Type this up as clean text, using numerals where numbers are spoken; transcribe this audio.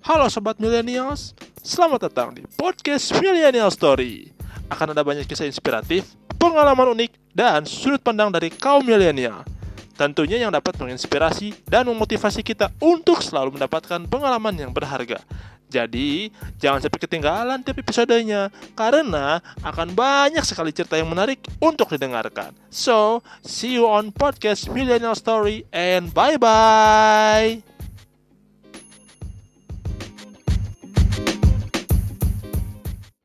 Halo Sobat Millennials, selamat datang di podcast Millennial Story. Akan ada banyak kisah inspiratif, pengalaman unik, dan sudut pandang dari kaum milenial. Tentunya yang dapat menginspirasi dan memotivasi kita untuk selalu mendapatkan pengalaman yang berharga. Jadi, jangan sampai ketinggalan tiap episodenya, karena akan banyak sekali cerita yang menarik untuk didengarkan. So, see you on podcast Millennial Story and bye-bye!